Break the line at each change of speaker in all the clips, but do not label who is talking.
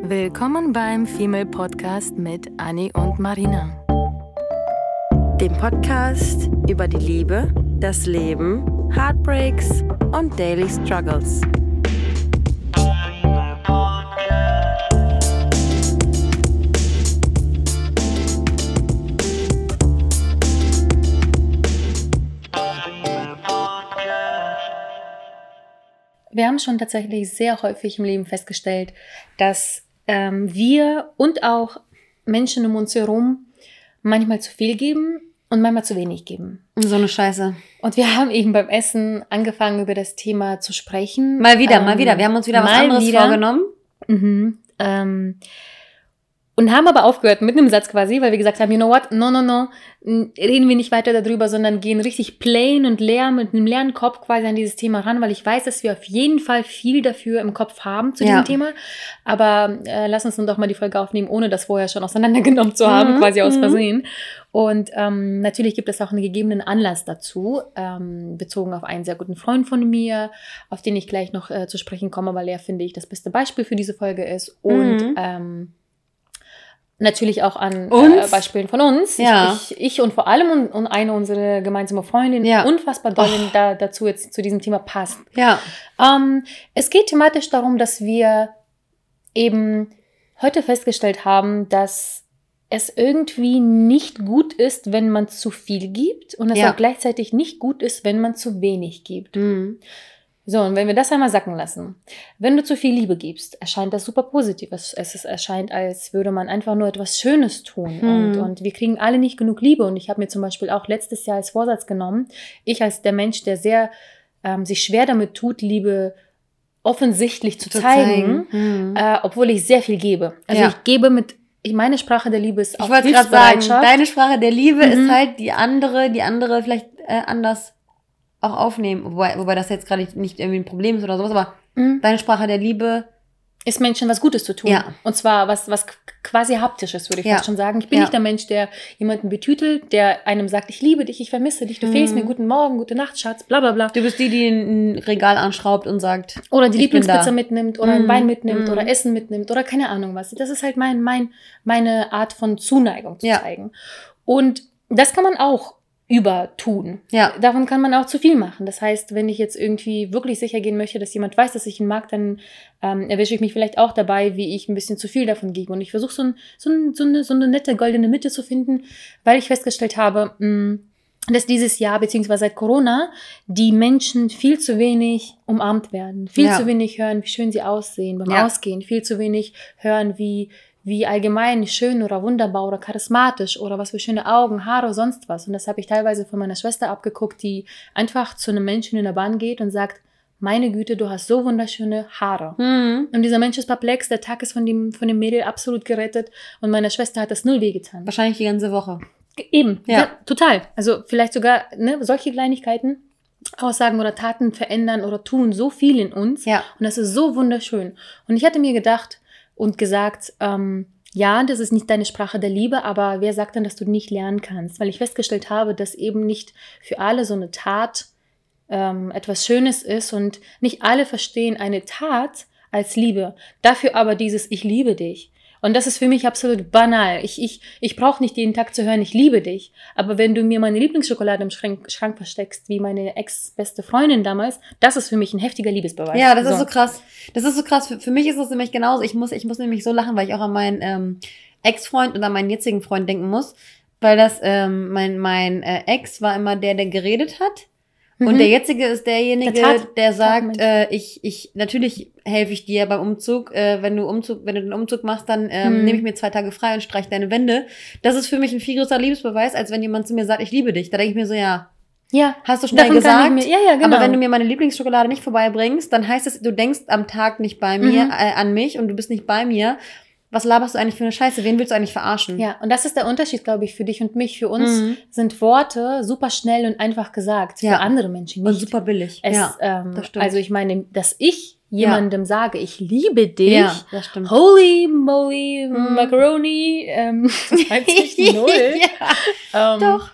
Willkommen beim Female Podcast mit Anni und Marina.
Dem Podcast über die Liebe, das Leben, Heartbreaks und Daily Struggles.
Wir haben schon tatsächlich sehr häufig im Leben festgestellt, dass wir und auch Menschen um uns herum manchmal zu viel geben und manchmal zu wenig geben.
So eine Scheiße.
Und wir haben eben beim Essen angefangen, über das Thema zu sprechen.
Mal wieder. Wir haben uns wieder was anderes vorgenommen.
Und haben aber aufgehört mit einem Satz quasi, weil wir gesagt haben, you know what, no, reden wir nicht weiter darüber, sondern gehen richtig plain und leer mit einem leeren Kopf quasi an dieses Thema ran, weil ich weiß, dass wir auf jeden Fall viel dafür im Kopf haben zu diesem Thema. Aber lass uns nun doch mal die Folge aufnehmen, ohne das vorher schon auseinandergenommen zu haben, quasi aus Versehen. Und natürlich gibt es auch einen gegebenen Anlass dazu, bezogen auf einen sehr guten Freund von mir, auf den ich gleich noch zu sprechen komme, weil er, finde ich, das beste Beispiel für diese Folge ist. Und natürlich auch an Beispielen von uns.
Ja.
Ich und vor allem und eine unserer gemeinsame Freundin unfassbar doll dazu jetzt zu diesem Thema passt.
Ja.
Es geht thematisch darum, dass wir eben heute festgestellt haben, dass es irgendwie nicht gut ist, wenn man zu viel gibt und es auch gleichzeitig nicht gut ist, wenn man zu wenig gibt. So, und wenn wir das einmal sacken lassen, wenn du zu viel Liebe gibst, erscheint das super positiv. Es erscheint, als würde man einfach nur etwas Schönes tun. Und wir kriegen alle nicht genug Liebe. Und ich habe mir zum Beispiel auch letztes Jahr als Vorsatz genommen, ich als der Mensch, der sehr sich schwer damit tut, Liebe offensichtlich zu zeigen, obwohl ich sehr viel gebe. Also ich gebe meine Sprache der Liebe ist auch Hilfsbereitschaft. Ich wollte gerade sagen,
deine Sprache der Liebe ist halt die andere vielleicht anders auch aufnehmen, wobei das jetzt gerade nicht irgendwie ein Problem ist oder sowas, aber deine Sprache der Liebe
ist Menschen was Gutes zu tun.
Ja.
Und zwar was quasi Haptisches, würde ich fast schon sagen. Ich bin nicht der Mensch, der jemanden betütelt, der einem sagt, ich liebe dich, ich vermisse dich, du fehlst mir, guten Morgen, gute Nacht, Schatz, bla bla bla.
Du bist die ein Regal anschraubt und sagt,
oder die Lieblingspizza mitnimmt oder einen Wein mitnimmt oder Essen mitnimmt oder keine Ahnung was. Das ist halt meine Art von Zuneigung zu zeigen. Und das kann man auch übertun. Ja. Davon kann man auch zu viel machen. Das heißt, wenn ich jetzt irgendwie wirklich sicher gehen möchte, dass jemand weiß, dass ich ihn mag, dann erwische ich mich vielleicht auch dabei, wie ich ein bisschen zu viel davon gebe. Und ich versuche so eine nette goldene Mitte zu finden, weil ich festgestellt habe, dass dieses Jahr, beziehungsweise seit Corona, die Menschen viel zu wenig umarmt werden. Viel zu wenig hören, wie schön sie aussehen beim Ausgehen. Viel zu wenig hören, wie allgemein schön oder wunderbar oder charismatisch oder was für schöne Augen, Haare, sonst was. Und das habe ich teilweise von meiner Schwester abgeguckt, die einfach zu einem Menschen in der Bahn geht und sagt, meine Güte, du hast so wunderschöne Haare. Und dieser Mensch ist perplex, der Tag ist von dem Mädel absolut gerettet und meiner Schwester hat das null wehgetan.
Wahrscheinlich die ganze Woche.
Eben, ja total. Also vielleicht sogar solche Kleinigkeiten, Aussagen oder Taten verändern oder tun so viel in uns. Ja. Und das ist so wunderschön. Und ich hatte mir gedacht, und gesagt, das ist nicht deine Sprache der Liebe, aber wer sagt denn, dass du nicht lernen kannst? Weil ich festgestellt habe, dass eben nicht für alle so eine Tat etwas Schönes ist und nicht alle verstehen eine Tat als Liebe. Dafür aber dieses Ich liebe dich. Und das ist für mich absolut banal. Ich brauche nicht jeden Tag zu hören, ich liebe dich. Aber wenn du mir meine Lieblingsschokolade im Schrank versteckst, wie meine ex-beste Freundin damals, das ist für mich ein heftiger Liebesbeweis.
Ja, das ist so krass. Das ist so krass. Für mich ist es nämlich genauso. Ich muss nämlich so lachen, weil ich auch an meinen Ex-Freund und an meinen jetzigen Freund denken muss. Weil das mein Ex war immer der geredet hat. Und der jetzige ist derjenige, der sagt, natürlich helfe ich dir beim Umzug. Wenn du den Umzug machst, dann nehme ich mir 2 Tage frei und streiche deine Wände. Das ist für mich ein viel größerer Liebesbeweis, als wenn jemand zu mir sagt, ich liebe dich. Da denke ich mir so, hast du schnell gesagt. Genau. Aber wenn du mir meine Lieblingsschokolade nicht vorbeibringst, dann heißt es, du denkst am Tag nicht bei mir, an mich und du bist nicht bei mir. Was laberst du eigentlich für eine Scheiße? Wen willst du eigentlich verarschen?
Ja, und das ist der Unterschied, glaube ich, für dich und mich. Für uns sind Worte super schnell und einfach gesagt. Für andere Menschen nicht.
Und super billig.
Das stimmt. Also ich meine, dass ich jemandem sage, ich liebe dich.
Das stimmt.
Holy moly, Macaroni, 1,0.
Doch.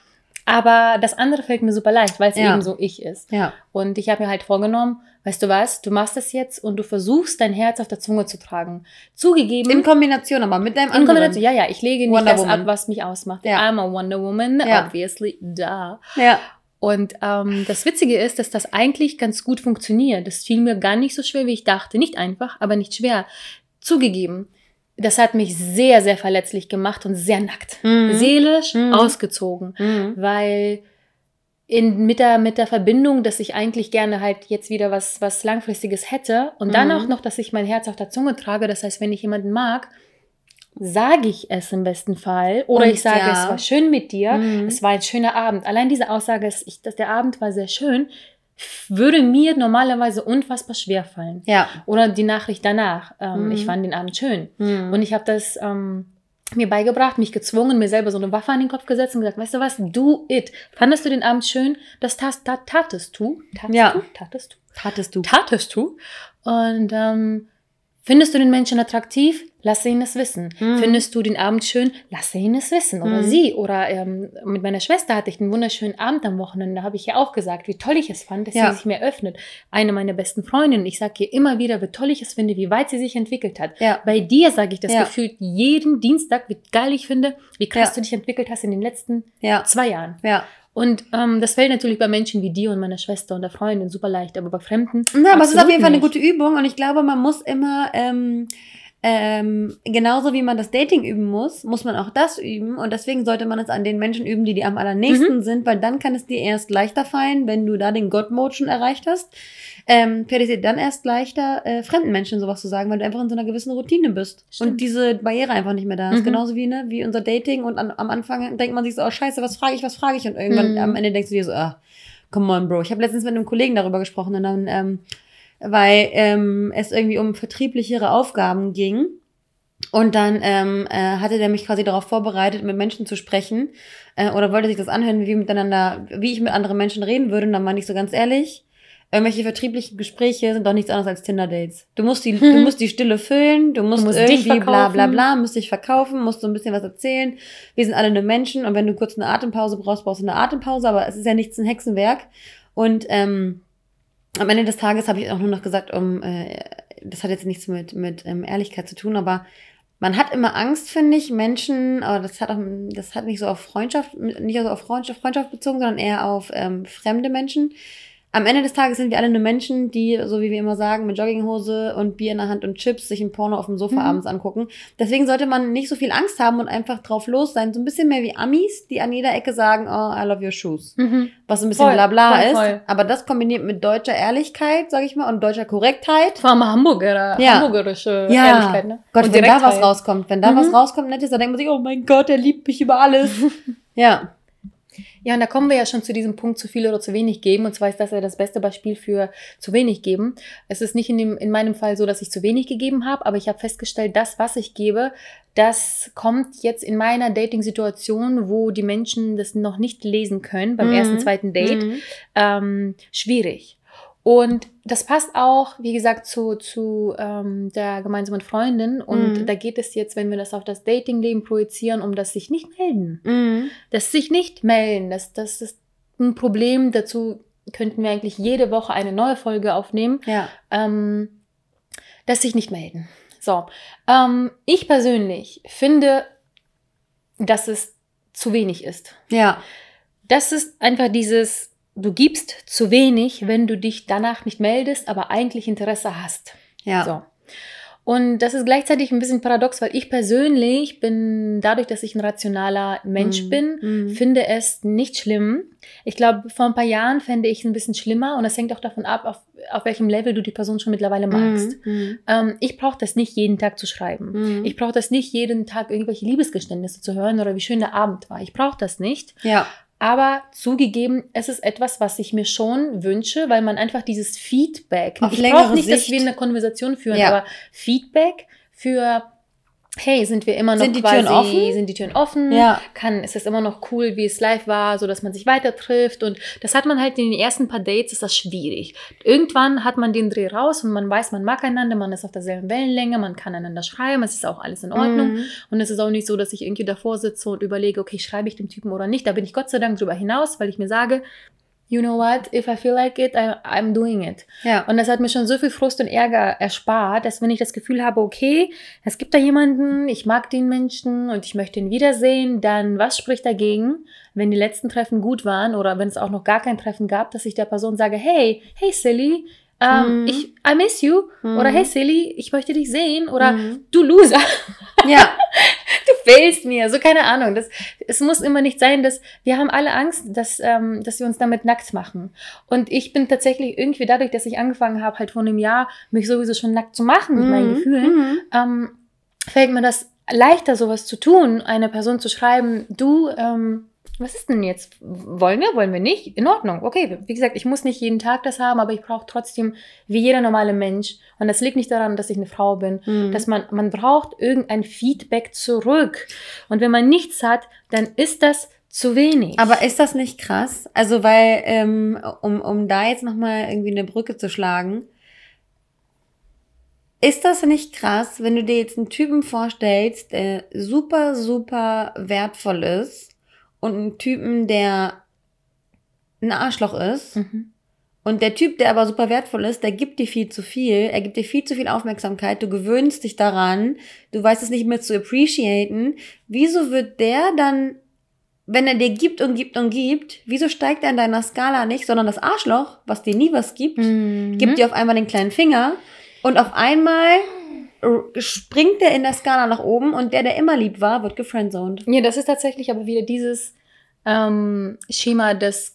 Aber das andere fällt mir super leicht, weil es eben so ich ist. Ja. Und ich habe mir halt vorgenommen, weißt du was, du machst das jetzt und du versuchst, dein Herz auf der Zunge zu tragen. Zugegeben.
In Kombination aber mit deinem anderen.
In Kombination, ja. Ich lege nicht das ab, was mich ausmacht. I'm a Wonder Woman, obviously, da. Ja. Und das Witzige ist, dass das eigentlich ganz gut funktioniert. Das fiel mir gar nicht so schwer, wie ich dachte. Nicht einfach, aber nicht schwer. Zugegeben. Das hat mich sehr, sehr verletzlich gemacht und sehr nackt. Seelisch ausgezogen. Weil mit der Verbindung, dass ich eigentlich gerne halt jetzt wieder was Langfristiges hätte und dann auch noch, dass ich mein Herz auf der Zunge trage. Das heißt, wenn ich jemanden mag, sage ich es im besten Fall. Oder ich sage, es war schön mit dir. Es war ein schöner Abend. Allein diese Aussage, dass der Abend war sehr schön, würde mir normalerweise unfassbar schwer fallen. Ja. Oder die Nachricht danach. Ich fand den Abend schön. Und ich habe das mir beigebracht, mich gezwungen, mir selber so eine Waffe an den Kopf gesetzt und gesagt, weißt du was, do it. Fandest du den Abend schön? Das tatest du. Tatest du. Und findest du den Menschen attraktiv? Lasse ihn es wissen. Findest du den Abend schön? Lasse ihn es wissen. Oder sie. Oder mit meiner Schwester hatte ich einen wunderschönen Abend am Wochenende. Da habe ich ja auch gesagt, wie toll ich es fand, dass sie sich mir öffnet. Eine meiner besten Freundinnen. Ich sage ihr immer wieder, wie toll ich es finde, wie weit sie sich entwickelt hat. Ja. Bei dir sage ich das gefühlt jeden Dienstag, wie geil ich finde, wie krass du dich entwickelt hast in den letzten 2 Jahren. Ja. Und das fällt natürlich bei Menschen wie dir und meiner Schwester und der Freundin super leicht, aber bei Fremden
aber es ist auf jeden Fall eine gute Übung und ich glaube, man muss immer genauso wie man das Dating üben muss man auch das üben und deswegen sollte man es an den Menschen üben, die am allernächsten sind, weil dann kann es dir erst leichter fallen, wenn du da den God-Mode schon erreicht hast, fällt es dir dann erst leichter, fremden Menschen sowas zu sagen, weil du einfach in so einer gewissen Routine bist. Stimmt. Und diese Barriere einfach nicht mehr da ist. Genauso wie unser Dating und am Anfang denkt man sich so, oh scheiße, was frage ich und irgendwann am Ende denkst du dir so, come on, Bro. Ich habe letztens mit einem Kollegen darüber gesprochen und dann weil es irgendwie um vertrieblichere Aufgaben ging. Und dann hatte der mich quasi darauf vorbereitet, mit Menschen zu sprechen oder wollte sich das anhören, wie ich mit anderen Menschen reden würde. Und dann meinte ich so ganz ehrlich, irgendwelche vertrieblichen Gespräche sind doch nichts anderes als Tinder-Dates. Du musst die Stille füllen, du musst irgendwie bla bla bla, musst dich verkaufen, musst so ein bisschen was erzählen. Wir sind alle nur Menschen und wenn du kurz eine Atempause brauchst du eine Atempause, aber es ist ja nichts ein Hexenwerk. Und am Ende des Tages habe ich auch nur noch gesagt, das hat jetzt nichts mit Ehrlichkeit zu tun, aber man hat immer Angst, finde ich, Menschen, aber das hat nicht so auf Freundschaft bezogen, sondern eher auf fremde Menschen. Am Ende des Tages sind wir alle nur Menschen, die, so wie wir immer sagen, mit Jogginghose und Bier in der Hand und Chips sich ein Porno auf dem Sofa abends angucken. Deswegen sollte man nicht so viel Angst haben und einfach drauf los sein. So ein bisschen mehr wie Amis, die an jeder Ecke sagen, oh, I love your shoes. Was ein bisschen blabla ist. Aber das kombiniert mit deutscher Ehrlichkeit, sag ich mal, und deutscher Korrektheit.
Vor allem hamburgerische Ehrlichkeit, ne?
Gott, und wenn da was rauskommt, Nettes, dann denkt man sich, oh mein Gott, er liebt mich über alles. Ja.
Ja, und da kommen wir ja schon zu diesem Punkt, zu viel oder zu wenig geben. Und zwar ist das ja das beste Beispiel für zu wenig geben. Es ist nicht in meinem Fall so, dass ich zu wenig gegeben habe, aber ich habe festgestellt, das, was ich gebe, das kommt jetzt in meiner Dating-Situation, wo die Menschen das noch nicht lesen können, beim ersten, zweiten Date, schwierig. Und das passt auch, wie gesagt, zu der gemeinsamen Freundin. Und da geht es jetzt, wenn wir das auf das Datingleben projizieren, um das sich nicht melden. Das sich nicht melden, das ist ein Problem. Dazu könnten wir eigentlich jede Woche eine neue Folge aufnehmen. Ja. Das sich nicht melden. So. Ich persönlich finde, dass es zu wenig ist. Ja. Das ist einfach dieses... Du gibst zu wenig, wenn du dich danach nicht meldest, aber eigentlich Interesse hast. Ja. So. Und das ist gleichzeitig ein bisschen paradox, weil ich persönlich bin, dadurch, dass ich ein rationaler Mensch bin, finde es nicht schlimm. Ich glaube, vor ein paar Jahren fände ich es ein bisschen schlimmer und das hängt auch davon ab, auf welchem Level du die Person schon mittlerweile magst. Ich brauche das nicht jeden Tag zu schreiben. Ich brauche das nicht jeden Tag irgendwelche Liebesgeständnisse zu hören oder wie schön der Abend war. Ich brauche das nicht. Ja. Aber zugegeben, es ist etwas, was ich mir schon wünsche, weil man einfach dieses Feedback, ich brauche nicht, dass wir eine Konversation führen, aber Feedback für hey, sind wir immer noch
sind die Türen offen?
Sind die Türen offen?
Ja.
Ist es immer noch cool, wie es live war, so dass man sich weiter trifft? Und das hat man halt in den ersten paar Dates, ist das schwierig. Irgendwann hat man den Dreh raus und man weiß, man mag einander, man ist auf derselben Wellenlänge, man kann einander schreiben, es ist auch alles in Ordnung. Und es ist auch nicht so, dass ich irgendwie davor sitze und überlege, okay, schreibe ich dem Typen oder nicht? Da bin ich Gott sei Dank drüber hinaus, weil ich mir sage, you know what, if I feel like it, I'm doing it.
Ja.
Und das hat mir schon so viel Frust und Ärger erspart, dass wenn ich das Gefühl habe, okay, es gibt da jemanden, ich mag den Menschen und ich möchte ihn wiedersehen, dann was spricht dagegen, wenn die letzten Treffen gut waren oder wenn es auch noch gar kein Treffen gab, dass ich der Person sage, hey Silly, I miss you. Oder hey Silly, ich möchte dich sehen. Oder du Loser.
Ja.
Du fehlst mir. So, keine Ahnung. Es muss immer nicht sein, dass wir haben alle Angst, dass wir uns damit nackt machen. Und ich bin tatsächlich irgendwie dadurch, dass ich angefangen habe, halt vor einem Jahr mich sowieso schon nackt zu machen mit meinen Gefühlen, fällt mir das leichter, sowas zu tun, einer Person zu schreiben, du, was ist denn jetzt? Wollen wir nicht? In Ordnung, okay. Wie gesagt, ich muss nicht jeden Tag das haben, aber ich brauche trotzdem, wie jeder normale Mensch, und das liegt nicht daran, dass ich eine Frau bin, dass man braucht irgendein Feedback zurück. Und wenn man nichts hat, dann ist das zu wenig.
Aber ist das nicht krass? Also, weil, um da jetzt nochmal irgendwie eine Brücke zu schlagen, ist das nicht krass, wenn du dir jetzt einen Typen vorstellst, der super, super wertvoll ist, und einen Typen, der ein Arschloch ist. Und der Typ, der aber super wertvoll ist, der gibt dir viel zu viel. Er gibt dir viel zu viel Aufmerksamkeit. Du gewöhnst dich daran. Du weißt es nicht mehr zu appreciaten. Wieso wird der dann, wenn er dir gibt und gibt und gibt, wieso steigt er in deiner Skala nicht, sondern das Arschloch, was dir nie was gibt, gibt dir auf einmal den kleinen Finger und auf einmal springt der in der Skala nach oben und der immer lieb war, wird gefriendzoned.
Ja, das ist tatsächlich aber wieder dieses Schema, dass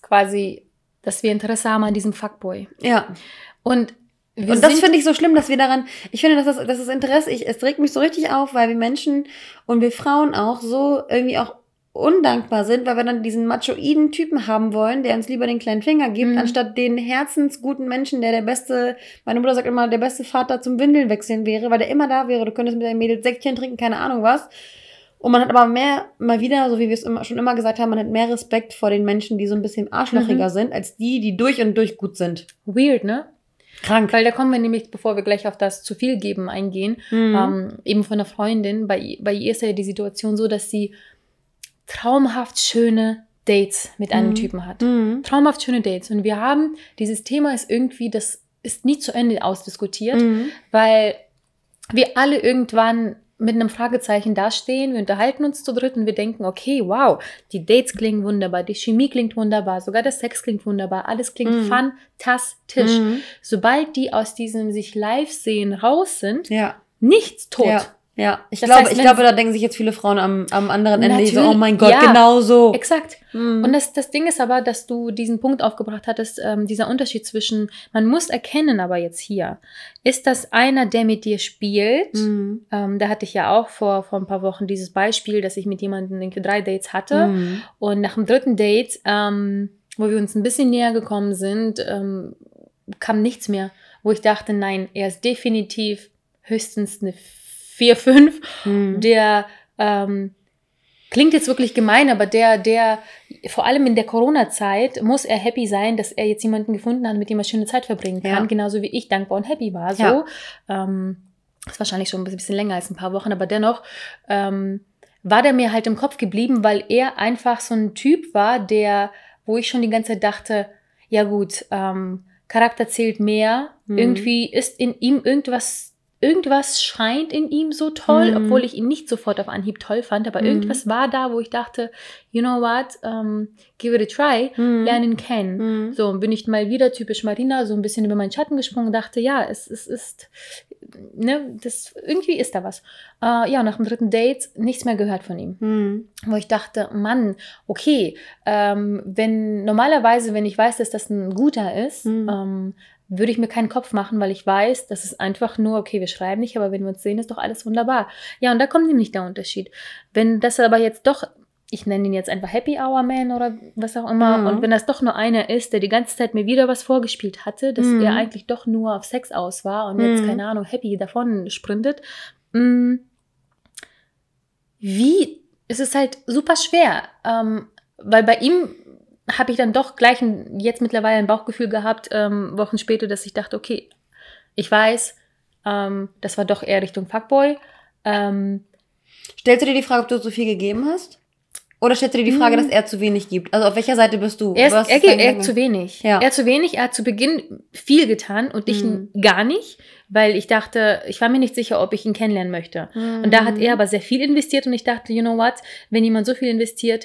wir Interesse haben an diesem Fuckboy.
Ja.
Und
das finde ich so schlimm, dass wir daran, ich finde, dass das Interesse, es regt mich so richtig auf, weil wir Menschen und wir Frauen auch so irgendwie auch undankbar sind, weil wir dann diesen machoiden Typen haben wollen, der uns lieber den kleinen Finger gibt, anstatt den herzensguten Menschen, der beste, meine Mutter sagt immer, der beste Vater zum Windeln wechseln wäre, weil der immer da wäre, du könntest mit deinem Mädel Säckchen trinken, keine Ahnung was. Und man hat aber mal wieder, so wie wir es schon immer gesagt haben, man hat mehr Respekt vor den Menschen, die so ein bisschen arschlochiger sind, als die durch und durch gut sind.
Weird, ne?
Krank.
Weil da kommen wir nämlich, bevor wir gleich auf das zu viel geben eingehen, eben von einer Freundin, bei ihr ist ja die Situation so, dass sie traumhaft schöne Dates mit einem Typen hat. Traumhaft schöne Dates. Und wir haben, dieses Thema ist irgendwie, das ist nie zu Ende ausdiskutiert, weil wir alle irgendwann mit einem Fragezeichen dastehen, wir unterhalten uns zu dritt und wir denken, okay, wow, die Dates klingen wunderbar, die Chemie klingt wunderbar, sogar der Sex klingt wunderbar, alles klingt fantastisch. Sobald die aus diesem sich live sehen raus sind, nichts tot.
Ja, ich glaube, da denken sich jetzt viele Frauen am anderen Ende so, oh mein Gott, genau so.
Exakt. Und das Ding ist aber, dass du diesen Punkt aufgebracht hattest, dieser Unterschied zwischen, man muss erkennen aber jetzt hier, ist das einer, der mit dir spielt? Da hatte ich ja auch vor ein paar Wochen dieses Beispiel, dass ich mit jemandem irgendwie 3 Dates hatte und nach dem 3. Date, wo wir uns ein bisschen näher gekommen sind, kam nichts mehr, wo ich dachte, nein, er ist definitiv höchstens eine 4, 5, der klingt jetzt wirklich gemein, aber der vor allem in der Corona-Zeit muss er happy sein, dass er jetzt jemanden gefunden hat, mit dem er schöne Zeit verbringen kann, genauso wie ich dankbar und happy war. So, das ist wahrscheinlich schon ein bisschen länger als ein paar Wochen, aber dennoch war der mir halt im Kopf geblieben, weil er einfach so ein Typ war, wo ich schon die ganze Zeit dachte, ja gut, Charakter zählt mehr, irgendwie ist in ihm irgendwas scheint in ihm so toll, obwohl ich ihn nicht sofort auf Anhieb toll fand, aber irgendwas war da, wo ich dachte, you know what, give it a try, lerne ihn kennen. So, und bin ich mal wieder typisch Marina, so ein bisschen über meinen Schatten gesprungen und dachte, ja, es ist, ne, irgendwie ist da was. Nach dem 3. Date nichts mehr gehört von ihm. Wo ich dachte, Mann, okay, wenn ich weiß, dass das ein guter ist, würde ich mir keinen Kopf machen, weil ich weiß, das ist einfach nur, okay, wir schreiben nicht, aber wenn wir uns sehen, ist doch alles wunderbar. Ja, und da kommt nämlich der Unterschied. Wenn das aber jetzt doch, ich nenne ihn jetzt einfach Happy Hour Man oder was auch immer, und wenn das doch nur einer ist, der die ganze Zeit mir wieder was vorgespielt hatte, dass er eigentlich doch nur auf Sex aus war und jetzt, keine Ahnung, happy davon sprintet, es ist halt super schwer, weil bei ihm habe ich dann doch gleich jetzt mittlerweile ein Bauchgefühl gehabt, Wochen später, dass ich dachte, okay, ich weiß, das war doch eher Richtung Fuckboy.
Stellst du dir die Frage, ob du so viel gegeben hast? Oder stellst du dir die Frage, dass er zu wenig gibt? Also auf welcher Seite bist du?
Er gibt zu wenig. Ja. Er hat zu wenig. Er hat zu Beginn viel getan und ich gar nicht, weil ich dachte, ich war mir nicht sicher, ob ich ihn kennenlernen möchte. Und da hat er aber sehr viel investiert und ich dachte, you know what, wenn jemand so viel investiert,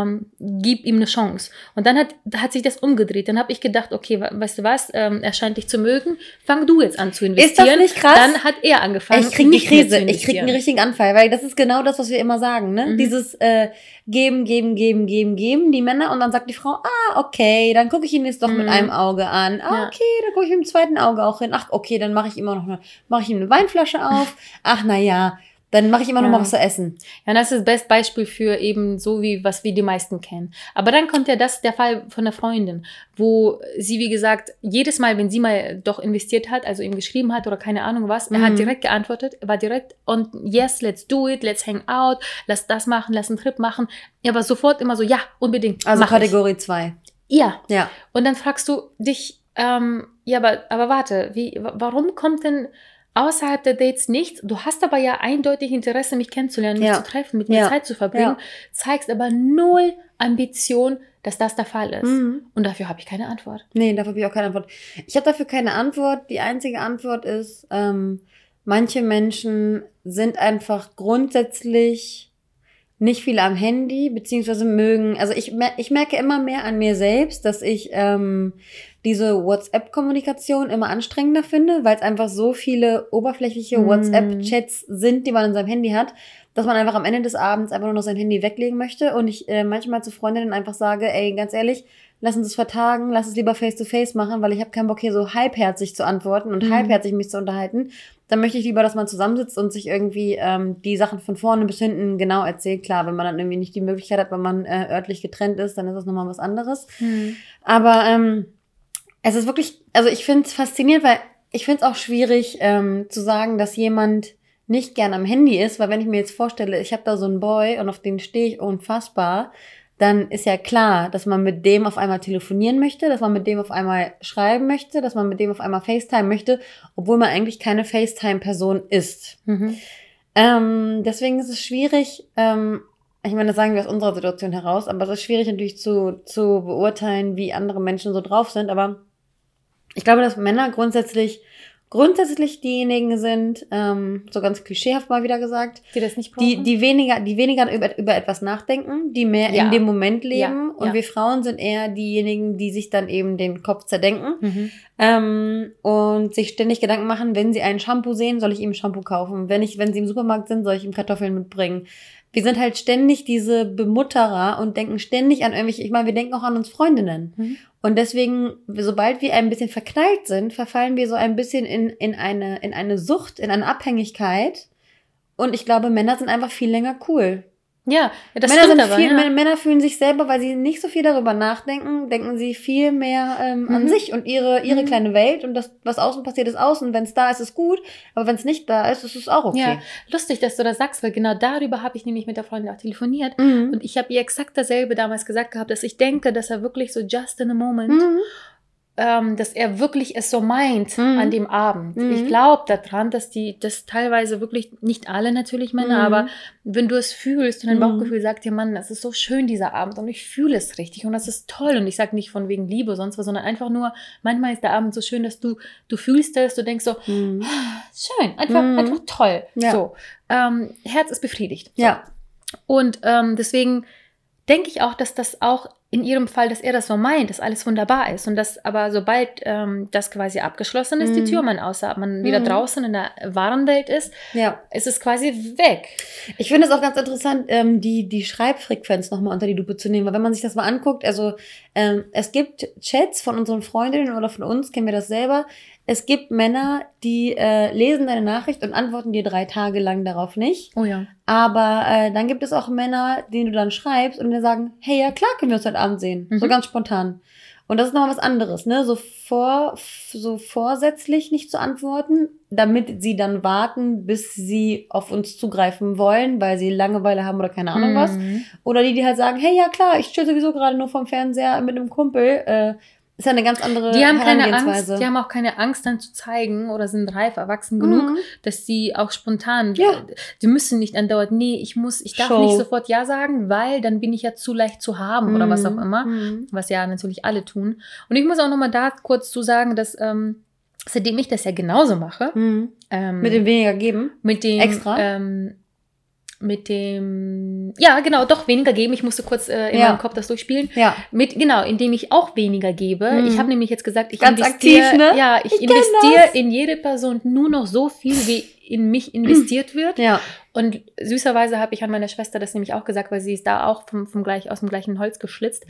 gib ihm eine Chance. Und dann hat sich das umgedreht. Dann habe ich gedacht, okay, weißt du was, er scheint dich zu mögen, fang du jetzt an zu investieren.
Ist das nicht krass?
Dann hat er angefangen.
Ich kriege die Krise, ich kriege einen richtigen Anfall, weil das ist genau das, was wir immer sagen, ne? Dieses geben, die Männer und dann sagt die Frau, okay, dann gucke ich ihn jetzt doch mit einem Auge an. Okay, dann gucke ich mit dem zweiten Auge auch hin. Ach, okay, dann mache ich ihm eine Weinflasche auf. Ach, naja. Dann mache ich immer noch mal was zu essen.
Ja, das ist das beste Beispiel für eben so, was wir die meisten kennen. Aber dann kommt ja der Fall von der Freundin, wo sie, wie gesagt, jedes Mal, wenn sie mal doch investiert hat, also ihm geschrieben hat oder keine Ahnung was, er hat direkt geantwortet, war direkt und yes, let's do it, let's hang out, lass das machen, lass einen Trip machen. Er war sofort immer so, ja, unbedingt.
Also Kategorie 2.
Ja. Und dann fragst du dich, aber warte, warum kommt denn außerhalb der Dates nichts? Du hast aber ja eindeutig Interesse, mich kennenzulernen, mich zu treffen, mit mir Zeit zu verbringen, zeigst aber null Ambition, dass das der Fall ist. Und dafür habe ich keine Antwort.
Nee, dafür habe ich auch keine Antwort. Ich habe dafür keine Antwort. Die einzige Antwort ist, manche Menschen sind einfach grundsätzlich nicht viel am Handy, beziehungsweise mögen, also ich merke immer mehr an mir selbst, dass ich diese WhatsApp-Kommunikation immer anstrengender finde, weil es einfach so viele oberflächliche WhatsApp-Chats sind, die man in seinem Handy hat, dass man einfach am Ende des Abends einfach nur noch sein Handy weglegen möchte und ich manchmal zu Freundinnen einfach sage, ey, ganz ehrlich, lass uns das vertagen, lass es lieber face-to-face machen, weil ich habe keinen Bock hier so halbherzig zu antworten und halbherzig mich zu unterhalten. Dann möchte ich lieber, dass man zusammensitzt und sich irgendwie die Sachen von vorne bis hinten genau erzählt. Klar, wenn man dann irgendwie nicht die Möglichkeit hat, weil man örtlich getrennt ist, dann ist das nochmal was anderes. Aber es ist wirklich, also ich finde es faszinierend, weil ich finde es auch schwierig zu sagen, dass jemand nicht gern am Handy ist, weil wenn ich mir jetzt vorstelle, ich habe da so einen Boy und auf den stehe ich unfassbar, dann ist ja klar, dass man mit dem auf einmal telefonieren möchte, dass man mit dem auf einmal schreiben möchte, dass man mit dem auf einmal FaceTime möchte, obwohl man eigentlich keine FaceTime-Person ist. Deswegen ist es schwierig, ich meine, das sagen wir aus unserer Situation heraus, aber es ist schwierig natürlich zu beurteilen, wie andere Menschen so drauf sind, aber ich glaube, dass Männer grundsätzlich diejenigen sind, so ganz klischeehaft mal wieder gesagt,
die das nicht brauchen,
die weniger über etwas nachdenken, die mehr in dem Moment leben und wir Frauen sind eher diejenigen, die sich dann eben den Kopf zerdenken und sich ständig Gedanken machen, wenn sie einen Shampoo sehen, soll ich ihm ein Shampoo kaufen, wenn sie im Supermarkt sind, soll ich ihm Kartoffeln mitbringen. Wir sind halt ständig diese Bemutterer und denken ständig an irgendwelche, ich meine, wir denken auch an uns Freundinnen. Und deswegen, sobald wir ein bisschen verknallt sind, verfallen wir so ein bisschen in eine Sucht, in eine Abhängigkeit. Und ich glaube, Männer sind einfach viel länger cool.
Ja, das stimmt aber.
Männer fühlen sich selber, weil sie nicht so viel darüber nachdenken, denken sie viel mehr an sich und ihre kleine Welt und das, was außen passiert, ist außen. Wenn es da ist, ist gut, aber wenn es nicht da ist, ist es auch okay.
Ja, lustig, dass du das sagst, weil genau darüber habe ich nämlich mit der Freundin auch telefoniert und ich habe ihr exakt dasselbe damals gesagt gehabt, dass ich denke, dass er wirklich so just in a moment dass er wirklich es so meint an dem Abend. Ich glaube daran, dass das teilweise wirklich, nicht alle natürlich Männer, aber wenn du es fühlst und dein Bauchgefühl sagt dir, Mann, das ist so schön dieser Abend und ich fühle es richtig und das ist toll und ich sage nicht von wegen Liebe sonst was, sondern einfach nur, manchmal ist der Abend so schön, dass du fühlst es, du denkst so, schön, einfach toll. Ja. So, Herz ist befriedigt. So.
Ja.
Und deswegen denke ich auch, dass das auch in ihrem Fall, dass er das so meint, dass alles wunderbar ist und dass aber sobald das quasi abgeschlossen ist, die Tür man wieder draußen in der wahren Welt ist, ist es quasi weg.
Ich finde es auch ganz interessant, die Schreibfrequenz nochmal unter die Lupe zu nehmen, weil wenn man sich das mal anguckt, also es gibt Chats von unseren Freundinnen oder von uns, kennen wir das selber, es gibt Männer, die lesen deine Nachricht und antworten dir 3 Tage lang darauf nicht.
Oh ja.
Aber dann gibt es auch Männer, denen du dann schreibst und die sagen, hey, ja klar können wir uns heute Abend sehen. So ganz spontan. Und das ist nochmal was anderes, ne? So vorsätzlich nicht zu antworten, damit sie dann warten, bis sie auf uns zugreifen wollen, weil sie Langeweile haben oder keine Ahnung was. Oder die halt sagen, hey, ja klar, ich chill sowieso gerade nur vom Fernseher mit einem Kumpel. Ist ja eine ganz andere
Herangehensweise. Die haben auch keine Angst, dann zu zeigen oder sind reif, erwachsen genug, dass sie auch spontan, die müssen nicht andauernd, ich darf nicht sofort Ja sagen, weil dann bin ich ja zu leicht zu haben oder was auch immer, was ja natürlich alle tun. Und ich muss auch nochmal da kurz zu sagen, dass seitdem ich das ja genauso mache,
mit dem weniger geben,
mit dem
extra,
doch weniger geben. Ich musste kurz in meinem Kopf das durchspielen.
Ja.
Indem ich auch weniger gebe. Ich habe nämlich jetzt gesagt, ich
ganz
investiere,
aktiv, ne?
Ich investiere in jede Person nur noch so viel, wie in mich investiert wird.
Ja.
Und süßerweise habe ich an meiner Schwester das nämlich auch gesagt, weil sie ist da auch aus dem gleichen Holz geschlitzt.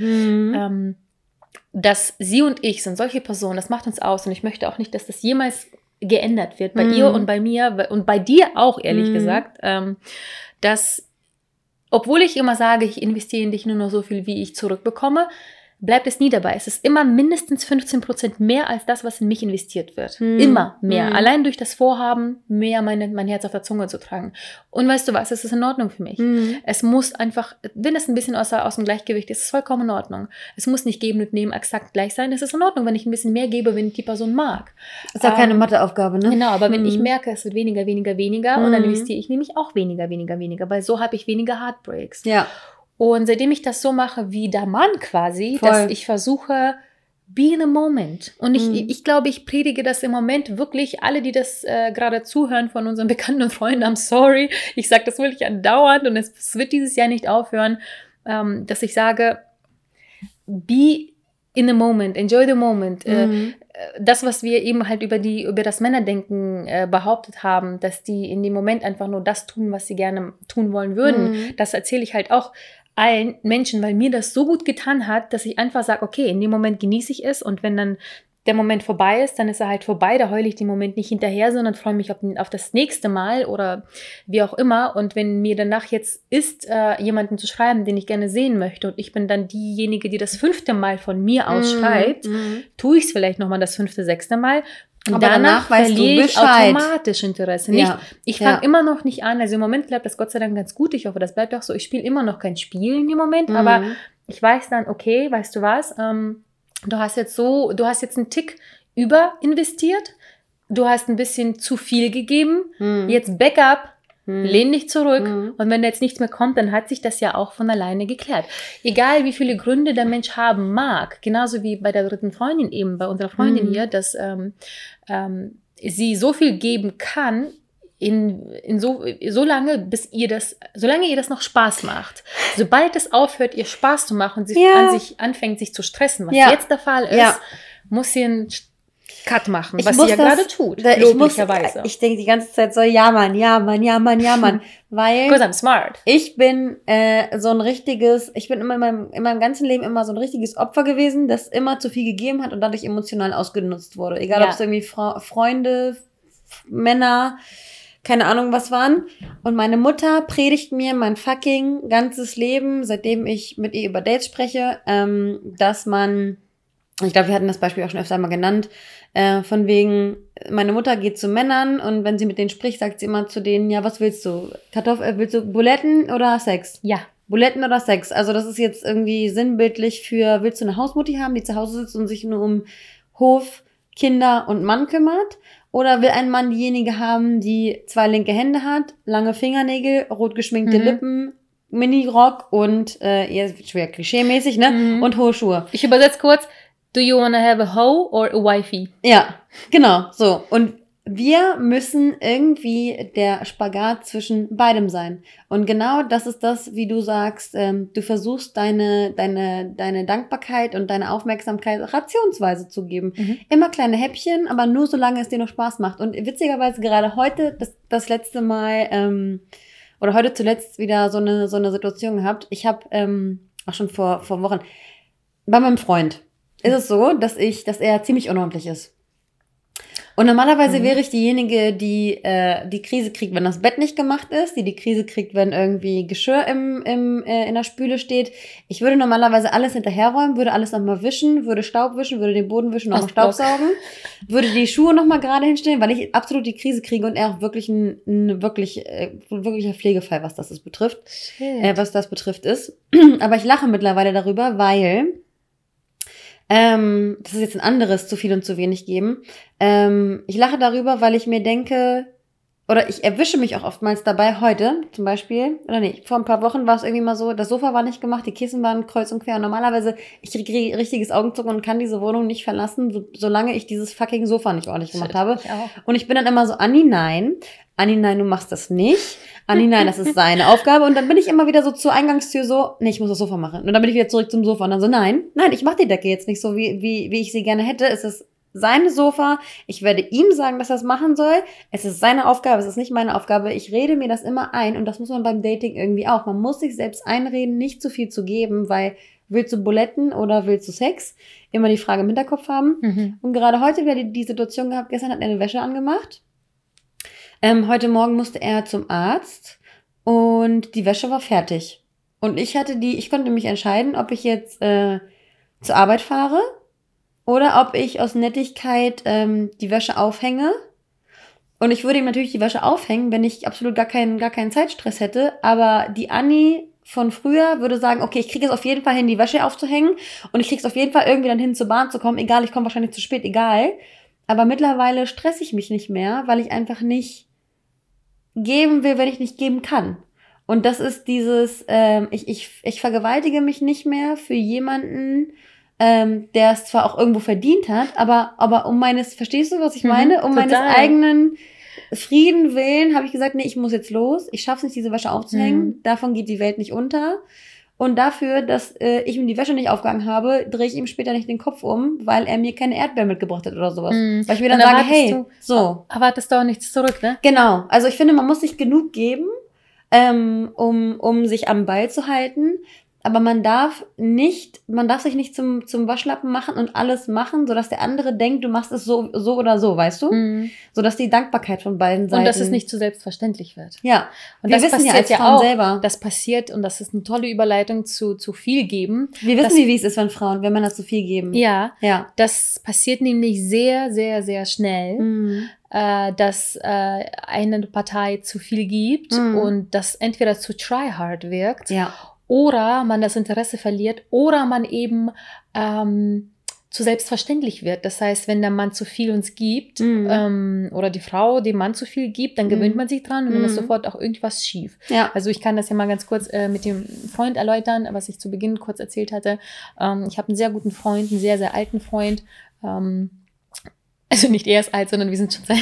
Dass sie und ich sind solche Personen, das macht uns aus und ich möchte auch nicht, dass das jemals geändert wird, bei ihr und bei mir und bei dir auch, ehrlich gesagt, dass, obwohl ich immer sage, ich investiere in dich nur noch so viel, wie ich zurückbekomme, bleibt es nie dabei. Es ist immer mindestens 15% mehr als das, was in mich investiert wird. Immer mehr. Allein durch das Vorhaben, mehr mein Herz auf der Zunge zu tragen. Und weißt du was, es ist in Ordnung für mich. Es muss einfach, wenn es ein bisschen aus dem Gleichgewicht ist, ist es vollkommen in Ordnung. Es muss nicht geben und nehmen exakt gleich sein. Es ist in Ordnung, wenn ich ein bisschen mehr gebe, wenn die Person mag.
Ist ja keine Matheaufgabe, ne?
Genau, aber wenn ich merke, es wird weniger und dann investiere ich nämlich auch weniger, weil so habe ich weniger Heartbreaks.
Ja.
Und seitdem ich das so mache wie der Mann quasi, dass ich versuche, be in a moment. Und ich glaube, ich predige das im Moment wirklich, alle, die das gerade zuhören von unseren Bekannten und Freunden, I'm sorry, ich sage das wirklich andauernd und es wird dieses Jahr nicht aufhören, dass ich sage, be in a moment, enjoy the moment. Das, was wir eben halt über das Männerdenken behauptet haben, dass die in dem Moment einfach nur das tun, was sie gerne tun wollen würden, das erzähle ich halt auch allen Menschen, weil mir das so gut getan hat, dass ich einfach sage, okay, in dem Moment genieße ich es und wenn dann der Moment vorbei ist, dann ist er halt vorbei, da heule ich den Moment nicht hinterher, sondern freue mich auf das nächste Mal oder wie auch immer. Und wenn mir danach jetzt ist, jemanden zu schreiben, den ich gerne sehen möchte und ich bin dann diejenige, die das 5. Mal von mir aus schreibt, tue ich es vielleicht nochmal das 5., 6. Mal. Und aber danach verliere ich automatisch Interesse. Ich fange immer noch nicht an, also im Moment bleibt das Gott sei Dank ganz gut, ich hoffe, das bleibt auch so. Ich spiele immer noch kein Spiel in dem Moment, aber ich weiß dann, okay, weißt du was, du hast jetzt einen Tick über investiert, du hast ein bisschen zu viel gegeben, jetzt Backup, lehn dich zurück und wenn da jetzt nichts mehr kommt, dann hat sich das ja auch von alleine geklärt. Egal wie viele Gründe der Mensch haben mag, genauso wie bei der dritten Freundin eben, bei unserer Freundin hier, dass sie so viel geben kann, so lange, solange ihr das noch Spaß macht. Sobald es aufhört, ihr Spaß zu machen und sie anfängt, sich zu stressen, was jetzt der Fall ist, muss sie einen Cut machen, was sie ja gerade tut, loblicherweise.
Ich denke die ganze Zeit so, ja Mann, weil
because I'm smart.
Ich bin ich bin immer in meinem ganzen Leben immer so ein richtiges Opfer gewesen, das immer zu viel gegeben hat und dadurch emotional ausgenutzt wurde. Egal, ob es irgendwie Freunde, Männer, keine Ahnung was waren. Und meine Mutter predigt mir mein fucking ganzes Leben, seitdem ich mit ihr über Dates spreche, dass man, ich glaube, wir hatten das Beispiel auch schon öfter mal genannt, von wegen, meine Mutter geht zu Männern und wenn sie mit denen spricht, sagt sie immer zu denen, ja, was willst du? Willst du Buletten oder Sex?
Ja.
Buletten oder Sex? Also das ist jetzt irgendwie sinnbildlich für, willst du eine Hausmutti haben, die zu Hause sitzt und sich nur um Hof, Kinder und Mann kümmert? Oder will ein Mann diejenige haben, die 2 linke Hände hat, lange Fingernägel, rot geschminkte Lippen, Mini-Rock und, eher schwer klischee-mäßig, ne? Und hohe Schuhe.
Ich übersetze kurz, do you wanna have a hoe or a wifey?
Ja, genau, so. Und wir müssen irgendwie der Spagat zwischen beidem sein. Und genau das ist das, wie du sagst, du versuchst deine Dankbarkeit und deine Aufmerksamkeit rationsweise zu geben. Immer kleine Häppchen, aber nur solange es dir noch Spaß macht. Und witzigerweise gerade heute, das letzte Mal, oder heute zuletzt wieder so eine Situation gehabt. Ich habe auch schon vor Wochen bei meinem Freund ist es so, dass er ziemlich unordentlich ist. Und normalerweise wäre ich diejenige, die die Krise kriegt, wenn das Bett nicht gemacht ist, die Krise kriegt, wenn irgendwie Geschirr in der Spüle steht. Ich würde normalerweise alles hinterherräumen, würde alles nochmal wischen, würde Staub wischen, würde den Boden wischen, nochmal Staubsaugen, würde die Schuhe nochmal gerade hinstellen, weil ich absolut die Krise kriege und er auch wirklich ein wirklicher Pflegefall, was das betrifft. Ist. Aber ich lache mittlerweile darüber, weil das ist jetzt ein anderes zu viel und zu wenig geben. Ich lache darüber, weil ich mir denke, oder ich erwische mich auch oftmals dabei, heute zum Beispiel, oder nee, vor ein paar Wochen war es irgendwie mal so, das Sofa war nicht gemacht, die Kissen waren kreuz und quer. Und normalerweise, ich kriege richtiges Augenzucken und kann diese Wohnung nicht verlassen, solange ich dieses fucking Sofa nicht ordentlich gemacht habe. Und ich bin dann immer so, Anni, nein, du machst das nicht. Anni, nein, das ist seine Aufgabe. Und dann bin ich immer wieder so zur Eingangstür so, nee, ich muss das Sofa machen. Und dann bin ich wieder zurück zum Sofa. Und dann so, nein, ich mache die Decke jetzt nicht so, wie ich sie gerne hätte. Es ist sein Sofa. Ich werde ihm sagen, dass er es machen soll. Es ist seine Aufgabe, es ist nicht meine Aufgabe. Ich rede mir das immer ein. Und das muss man beim Dating irgendwie auch. Man muss sich selbst einreden, nicht zu viel zu geben, weil willst du Buletten oder willst du Sex? Immer die Frage im Hinterkopf haben. Und gerade heute wieder die Situation gehabt, gestern hat er eine Wäsche angemacht. Heute Morgen musste er zum Arzt und die Wäsche war fertig. Und ich konnte mich entscheiden, ob ich jetzt zur Arbeit fahre oder ob ich aus Nettigkeit die Wäsche aufhänge. Und ich würde ihm natürlich die Wäsche aufhängen, wenn ich absolut gar keinen Zeitstress hätte. Aber die Anni von früher würde sagen, okay, ich kriege es auf jeden Fall hin, die Wäsche aufzuhängen und ich kriege es auf jeden Fall irgendwie dann hin, zur Bahn zu kommen. Egal, ich komme wahrscheinlich zu spät, egal. Aber mittlerweile stresse ich mich nicht mehr, weil ich einfach nicht geben will, wenn ich nicht geben kann. Und das ist dieses, ich vergewaltige mich nicht mehr für jemanden, der es zwar auch irgendwo verdient hat, aber verstehst du, was ich meine? Meines eigenen Frieden willen habe ich gesagt, nee, ich muss jetzt los, ich schaffe es nicht, diese Wäsche aufzuhängen, davon geht die Welt nicht unter. Und dafür, dass ich ihm die Wäsche nicht aufgehangen habe, drehe ich ihm später nicht den Kopf um, weil er mir keine Erdbeeren mitgebracht hat oder sowas. Weil ich mir dann sage, hey, so.
Erwartest du auch nichts zurück, ne?
Genau. Also ich finde, man muss sich genug geben, um sich am Ball zu halten. Aber man darf sich nicht zum Waschlappen machen und alles machen, sodass der andere denkt, du machst es so oder so, weißt du? Sodass die Dankbarkeit von beiden Seiten.
Und dass es nicht zu selbstverständlich wird.
Ja.
Und das wissen ja als Frauen selber. Das passiert, und das ist eine tolle Überleitung zu viel geben.
Wir wissen, wie es ist, wenn Männer zu viel geben.
Ja. Das passiert nämlich sehr, sehr, sehr schnell. Dass eine Partei zu viel gibt und das entweder zu tryhard wirkt. Ja. Oder man das Interesse verliert oder man eben zu selbstverständlich wird. Das heißt, wenn der Mann zu viel uns gibt oder die Frau dem Mann zu viel gibt, dann gewöhnt man sich dran und dann ist sofort auch irgendwas schief. Ja. Also ich kann das ja mal ganz kurz mit dem Freund erläutern, was ich zu Beginn kurz erzählt hatte. Ich habe einen sehr guten Freund, einen sehr, sehr alten Freund. Also nicht er ist alt, sondern wir sind schon seit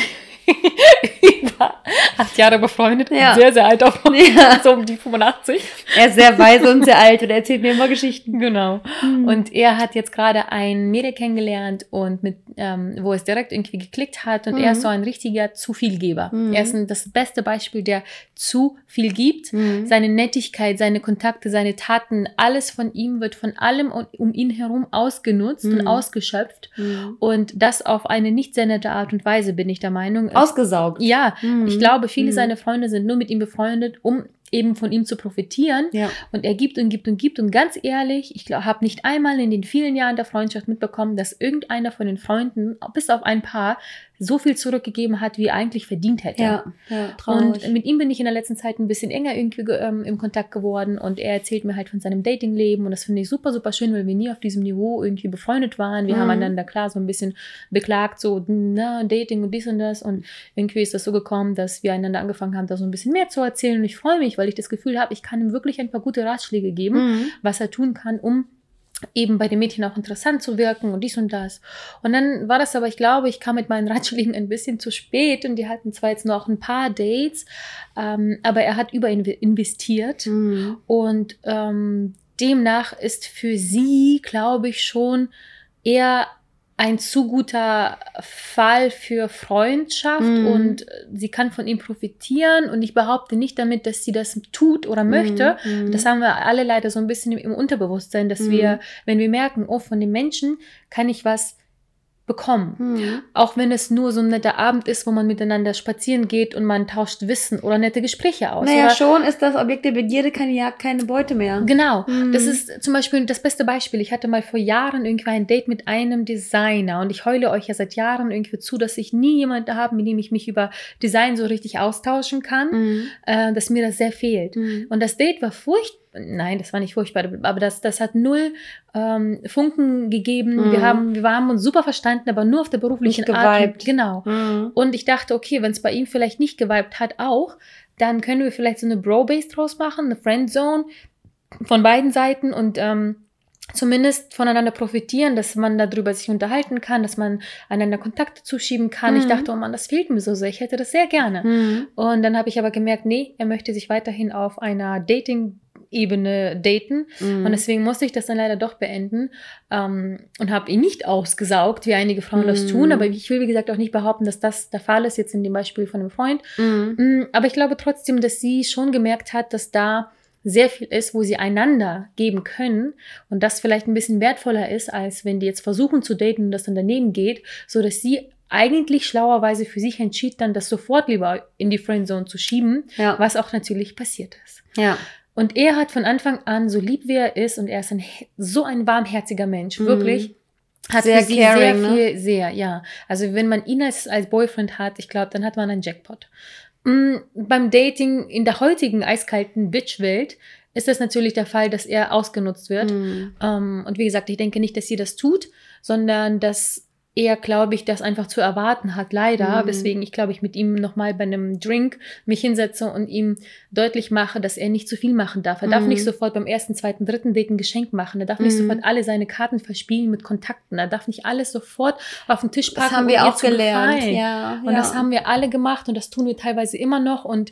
über 8 Jahre befreundet. Ja. Sehr, sehr alt auch. Ja. So um die 85.
Er ist sehr weise und sehr alt und er erzählt mir immer Geschichten.
Genau. Und er hat jetzt gerade ein Mädel kennengelernt und wo es direkt irgendwie geklickt hat und er ist so ein richtiger Zu-viel-Geber. Er ist das beste Beispiel, der zu viel gibt. Seine Nettigkeit, seine Kontakte, seine Taten, alles von ihm wird von allem um ihn herum ausgenutzt und ausgeschöpft. Und das auf eine nicht sehr nette Art und Weise, bin ich der Meinung.
Ausgesaugt.
Ja, ich glaube, viele seiner Freunde sind nur mit ihm befreundet, um eben von ihm zu profitieren. Ja. Und er gibt und gibt und gibt. Und ganz ehrlich, ich habe nicht einmal in den vielen Jahren der Freundschaft mitbekommen, dass irgendeiner von den Freunden, bis auf ein paar, so viel zurückgegeben hat, wie er eigentlich verdient hätte.
Ja, traurig.
Und mit ihm bin ich in der letzten Zeit ein bisschen enger irgendwie im Kontakt geworden und er erzählt mir halt von seinem Datingleben und das finde ich super, super schön, weil wir nie auf diesem Niveau irgendwie befreundet waren. Wir haben einander klar so ein bisschen beklagt, so Dating und dies und das und irgendwie ist das so gekommen, dass wir einander angefangen haben, da so ein bisschen mehr zu erzählen und ich freue mich, weil ich das Gefühl habe, ich kann ihm wirklich ein paar gute Ratschläge geben, was er tun kann, um eben bei den Mädchen auch interessant zu wirken und dies und das. Und dann war das aber, ich glaube, ich kam mit meinen Ratschlägen ein bisschen zu spät und die hatten zwar jetzt noch ein paar Dates, aber er hat investiert und demnach ist für sie, glaube ich, schon eher ein zu guter Fall für Freundschaft und sie kann von ihm profitieren und ich behaupte nicht damit, dass sie das tut oder möchte. Das haben wir alle leider so ein bisschen im Unterbewusstsein, dass wir, wenn wir merken, oh, von dem Menschen kann ich was bekommen. Auch wenn es nur so ein netter Abend ist, wo man miteinander spazieren geht und man tauscht Wissen oder nette Gespräche aus.
Naja,
oder
schon ist das Objekt der Begierde keine Jagd, keine Beute mehr.
Genau. Das ist zum Beispiel das beste Beispiel. Ich hatte mal vor Jahren irgendwie ein Date mit einem Designer und ich heule euch ja seit Jahren irgendwie zu, dass ich nie jemanden habe, mit dem ich mich über Design so richtig austauschen kann, dass mir das sehr fehlt. Und das Date war furchtbar. Nein, das war nicht furchtbar, aber das hat null Funken gegeben. Wir haben uns super verstanden, aber nur auf der beruflichen Art. Genau. Und ich dachte, okay, wenn es bei ihm vielleicht nicht geweibt hat auch, dann können wir vielleicht so eine Bro-Base draus machen, eine Friendzone von beiden Seiten und zumindest voneinander profitieren, dass man darüber sich unterhalten kann, dass man einander Kontakte zuschieben kann. Ich dachte, oh Mann, das fehlt mir so sehr. Ich hätte das sehr gerne. Und dann habe ich aber gemerkt, nee, er möchte sich weiterhin auf einer Dating-Ebene daten. Und deswegen musste ich das dann leider doch beenden und habe ihn nicht ausgesaugt, wie einige Frauen das tun. Aber ich will, wie gesagt, auch nicht behaupten, dass das der Fall ist, jetzt in dem Beispiel von einem Freund. Aber ich glaube trotzdem, dass sie schon gemerkt hat, dass da sehr viel ist, wo sie einander geben können und das vielleicht ein bisschen wertvoller ist, als wenn die jetzt versuchen zu daten und das dann daneben geht, so dass sie eigentlich schlauerweise für sich entschied, dann das sofort lieber in die Friendzone zu schieben, was auch natürlich passiert ist.
Ja.
Und er hat von Anfang an, so lieb wie er ist, und er ist so ein warmherziger Mensch, wirklich, hat
sehr
für sie
caring,
sehr viel, sehr, ja. Also wenn man ihn als Boyfriend hat, ich glaube, dann hat man einen Jackpot. Beim Dating in der heutigen eiskalten Bitch-Welt ist das natürlich der Fall, dass er ausgenutzt wird. Und wie gesagt, ich denke nicht, dass sie das tut, sondern dass er, glaube ich, das einfach zu erwarten hat, leider. Weswegen ich, glaube ich, mit ihm nochmal bei einem Drink mich hinsetze und ihm deutlich mache, dass er nicht zu viel machen darf. Er darf nicht sofort beim ersten, zweiten, dritten Date ein Geschenk machen. Er darf nicht sofort alle seine Karten verspielen mit Kontakten. Er darf nicht alles sofort auf den Tisch packen.
Das haben wir auch gelernt. Ja,
und das haben wir alle gemacht und das tun wir teilweise immer noch. Und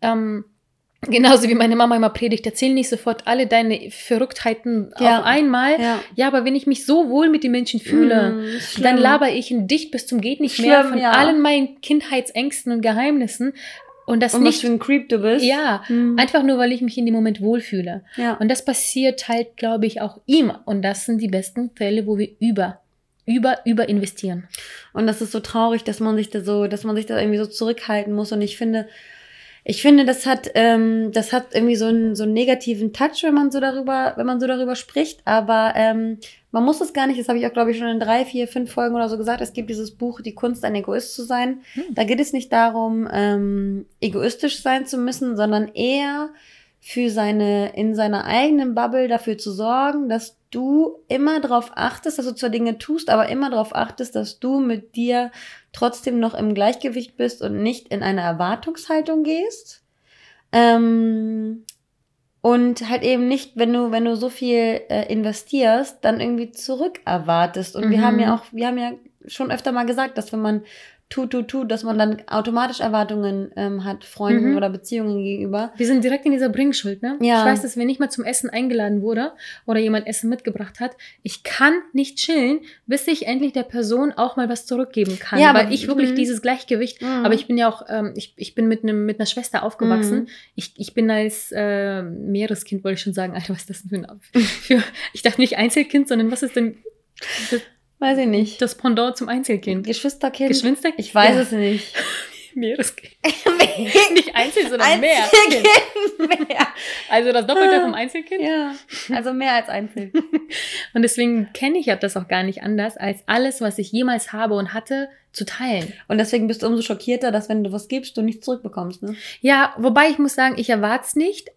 genauso wie meine Mama immer predigt, erzähl nicht sofort alle deine Verrücktheiten auf einmal. Ja, aber wenn ich mich so wohl mit den Menschen fühle, dann laber ich dicht bis zum geht nicht mehr von allen meinen Kindheitsängsten und Geheimnissen. Und das nicht
was für ein Creep du bist.
Ja, einfach nur, weil ich mich in dem Moment wohlfühle. Ja. Und das passiert halt, glaube ich, auch ihm. Und das sind die besten Fälle, wo wir über investieren.
Und das ist so traurig, dass man sich da irgendwie so zurückhalten muss. Und ich finde, das hat irgendwie so einen negativen Touch, wenn man so darüber spricht. Aber man muss es gar nicht. Das habe ich auch, glaube ich, schon in 3, 4, 5 Folgen oder so gesagt. Es gibt dieses Buch, Die Kunst, ein Egoist zu sein. Da geht es nicht darum, egoistisch sein zu müssen, sondern eher in seiner eigenen Bubble dafür zu sorgen, dass du immer darauf achtest, dass du zwar Dinge tust, aber immer darauf achtest, dass du mit dir trotzdem noch im Gleichgewicht bist und nicht in eine Erwartungshaltung gehst. Und halt eben nicht, wenn du so viel investierst, dann irgendwie zurück erwartest. Und wir haben ja schon öfter mal gesagt, dass wenn man tut, dass man dann automatisch Erwartungen hat, Freunden oder Beziehungen gegenüber.
Wir sind direkt in dieser Bringschuld, ne? Ja. Ich weiß, dass wenn ich mal zum Essen eingeladen wurde oder jemand Essen mitgebracht hat, ich kann nicht chillen, bis ich endlich der Person auch mal was zurückgeben kann. Ja, weil ich wirklich dieses Gleichgewicht, aber ich bin ja auch, ich bin mit einer Schwester aufgewachsen. Ich bin als Meereskind, wollte ich schon sagen, Alter, was ist das denn für ich dachte nicht Einzelkind, sondern was ist denn
weiß ich nicht.
Das Pendant zum Einzelkind.
Geschwisterkind?
Ich
weiß es nicht.
Meereskind. Nicht Einzel, sondern mehr.
Mehr.
Also das Doppelte vom Einzelkind?
Ja, also mehr als Einzel.
Und deswegen kenne ich das auch gar nicht anders, als alles, was ich jemals habe und hatte, zu teilen.
Und deswegen bist du umso schockierter, dass wenn du was gibst, du nichts zurückbekommst, ne?
Ja, wobei ich muss sagen, ich erwarte es nicht,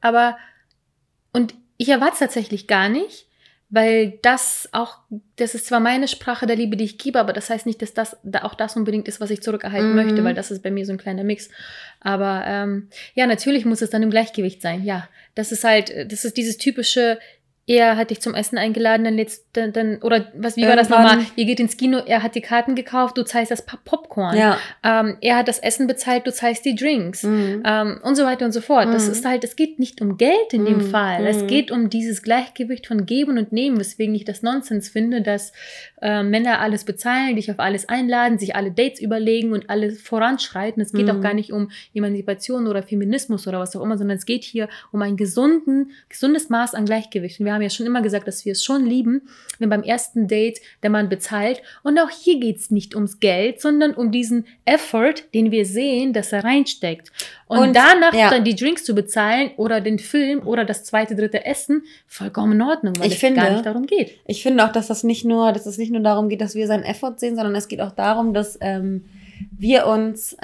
und ich erwarte es tatsächlich gar nicht, weil das ist zwar meine Sprache der Liebe, die ich gebe, aber das heißt nicht, dass das unbedingt ist, was ich zurückerhalten möchte, weil das ist bei mir so ein kleiner Mix. Aber ja, natürlich muss es dann im Gleichgewicht sein. Ja, das ist dieses typische, er hat dich zum Essen eingeladen, oder wie war das nochmal? Ihr geht ins Kino, er hat die Karten gekauft, du zahlst das Popcorn. Ja. Er hat das Essen bezahlt, du zahlst die Drinks. Und so weiter und so fort. Das ist halt, es geht nicht um Geld in dem Fall. Es geht um dieses Gleichgewicht von Geben und Nehmen, weswegen ich das Nonsens finde, dass Männer alles bezahlen, dich auf alles einladen, sich alle Dates überlegen und alles voranschreiten. Es geht auch gar nicht um Emanzipation oder Feminismus oder was auch immer, sondern es geht hier um ein gesundes Maß an Gleichgewicht. Und wir haben ja schon immer gesagt, dass wir es schon lieben, wenn beim ersten Date der Mann bezahlt. Und auch hier geht es nicht ums Geld, sondern um diesen Effort, den wir sehen, dass er reinsteckt. Und danach dann die Drinks zu bezahlen oder den Film oder das 2., 3. Essen, vollkommen in Ordnung, weil es gar nicht darum geht.
Ich finde auch, dass es nicht nur darum geht, dass wir seinen Effort sehen, sondern es geht auch darum, dass wir uns,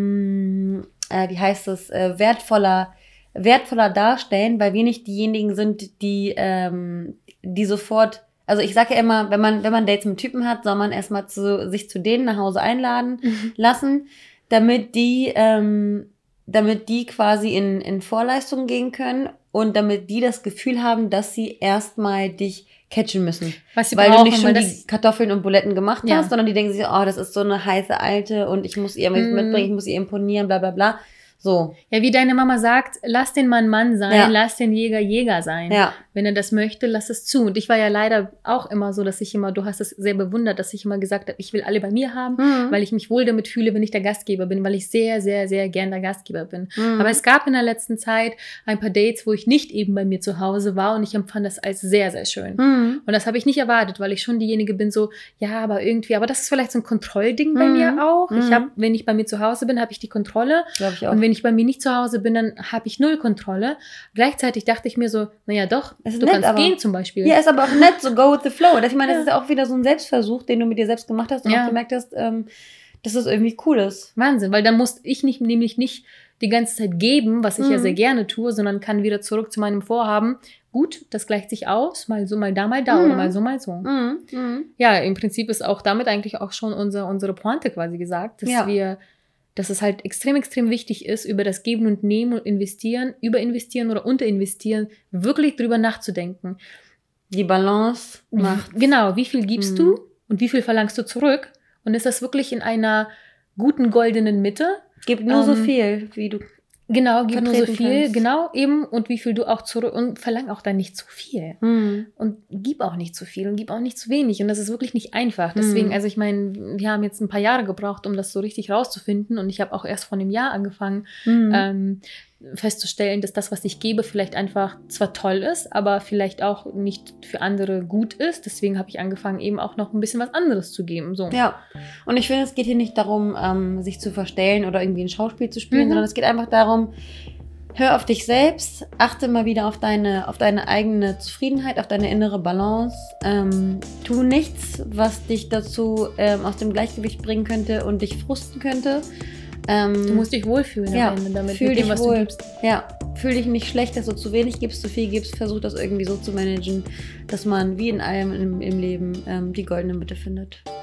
wertvoller darstellen, weil wir nicht diejenigen sind, die sofort, also ich sage ja immer, wenn man Dates mit Typen hat, soll man erstmal sich zu denen nach Hause einladen lassen, damit die quasi in Vorleistungen gehen können und damit die das Gefühl haben, dass sie erstmal dich catchen müssen.
Was sie
weil
brauchen,
du nicht schon die Kartoffeln und Buletten gemacht hast, sondern die denken sich, oh, das ist so eine heiße Alte und ich muss ihr mitbringen, ich muss ihr imponieren, bla bla bla. So.
Ja, wie deine Mama sagt, lass den Mann Mann sein, lass den Jäger Jäger sein. Ja. Wenn er das möchte, lass es zu. Und ich war ja leider auch immer so, dass du hast es sehr bewundert, dass ich immer gesagt habe, ich will alle bei mir haben, weil ich mich wohl damit fühle, wenn ich der Gastgeber bin, weil ich sehr, sehr, sehr gern der Gastgeber bin. Aber es gab in der letzten Zeit ein paar Dates, wo ich nicht eben bei mir zu Hause war und ich empfand das als sehr, sehr schön. Und das habe ich nicht erwartet, weil ich schon diejenige bin, so, ja, aber das ist vielleicht so ein Kontrollding bei mir auch. Wenn ich bei mir zu Hause bin, habe ich die Kontrolle.
Glaube ich auch.
Und wenn ich bei mir nicht zu Hause bin, dann habe ich 0 Kontrolle. Gleichzeitig dachte ich mir so, naja doch, du kannst gehen zum Beispiel.
Ja, ist aber auch nett, so go with the flow. Ich meine, das ist ja auch wieder so ein Selbstversuch, den du mit dir selbst gemacht hast und auch gemerkt hast, dass das irgendwie cool ist.
Wahnsinn, weil dann musste ich nämlich nicht die ganze Zeit geben, was ich ja sehr gerne tue, sondern kann wieder zurück zu meinem Vorhaben. Gut, das gleicht sich aus, mal so, mal da oder mal so, mal so. Ja, im Prinzip ist auch damit eigentlich auch schon unsere Pointe quasi gesagt, dass es halt extrem, extrem wichtig ist, über das Geben und Nehmen und Investieren, überinvestieren oder unterinvestieren, wirklich drüber nachzudenken.
Die Balance macht.
Genau, wie viel gibst du und wie viel verlangst du zurück? Und ist das wirklich in einer guten goldenen Mitte?
Gib nur so viel, wie du
Genau, gib nur so viel,
kannst.
genau, eben, und wie viel du auch zurück, und verlang auch dann nicht zu viel. Und gib auch nicht zu viel und gib auch nicht zu wenig. Und das ist wirklich nicht einfach. Deswegen, also ich meine, wir haben jetzt ein paar Jahre gebraucht, um das so richtig rauszufinden. Und ich habe auch erst vor einem Jahr angefangen, festzustellen, dass das, was ich gebe, vielleicht einfach zwar toll ist, aber vielleicht auch nicht für andere gut ist. Deswegen habe ich angefangen, eben auch noch ein bisschen was anderes zu geben. So.
Ja, und ich finde, es geht hier nicht darum, sich zu verstellen oder irgendwie ein Schauspiel zu spielen, sondern es geht einfach darum, hör auf dich selbst, achte mal wieder auf deine eigene Zufriedenheit, auf deine innere Balance. Tu nichts, was dich dazu aus dem Gleichgewicht bringen könnte und dich frusten könnte.
Du musst dich wohlfühlen am Ende damit,
fühl
mit dem,
dich
was
wohl.
du gibst.
Ja, fühl dich nicht schlecht, dass du zu wenig gibst, zu viel gibst. Versuch das irgendwie so zu managen, dass man wie in allem im Leben die goldene Mitte findet.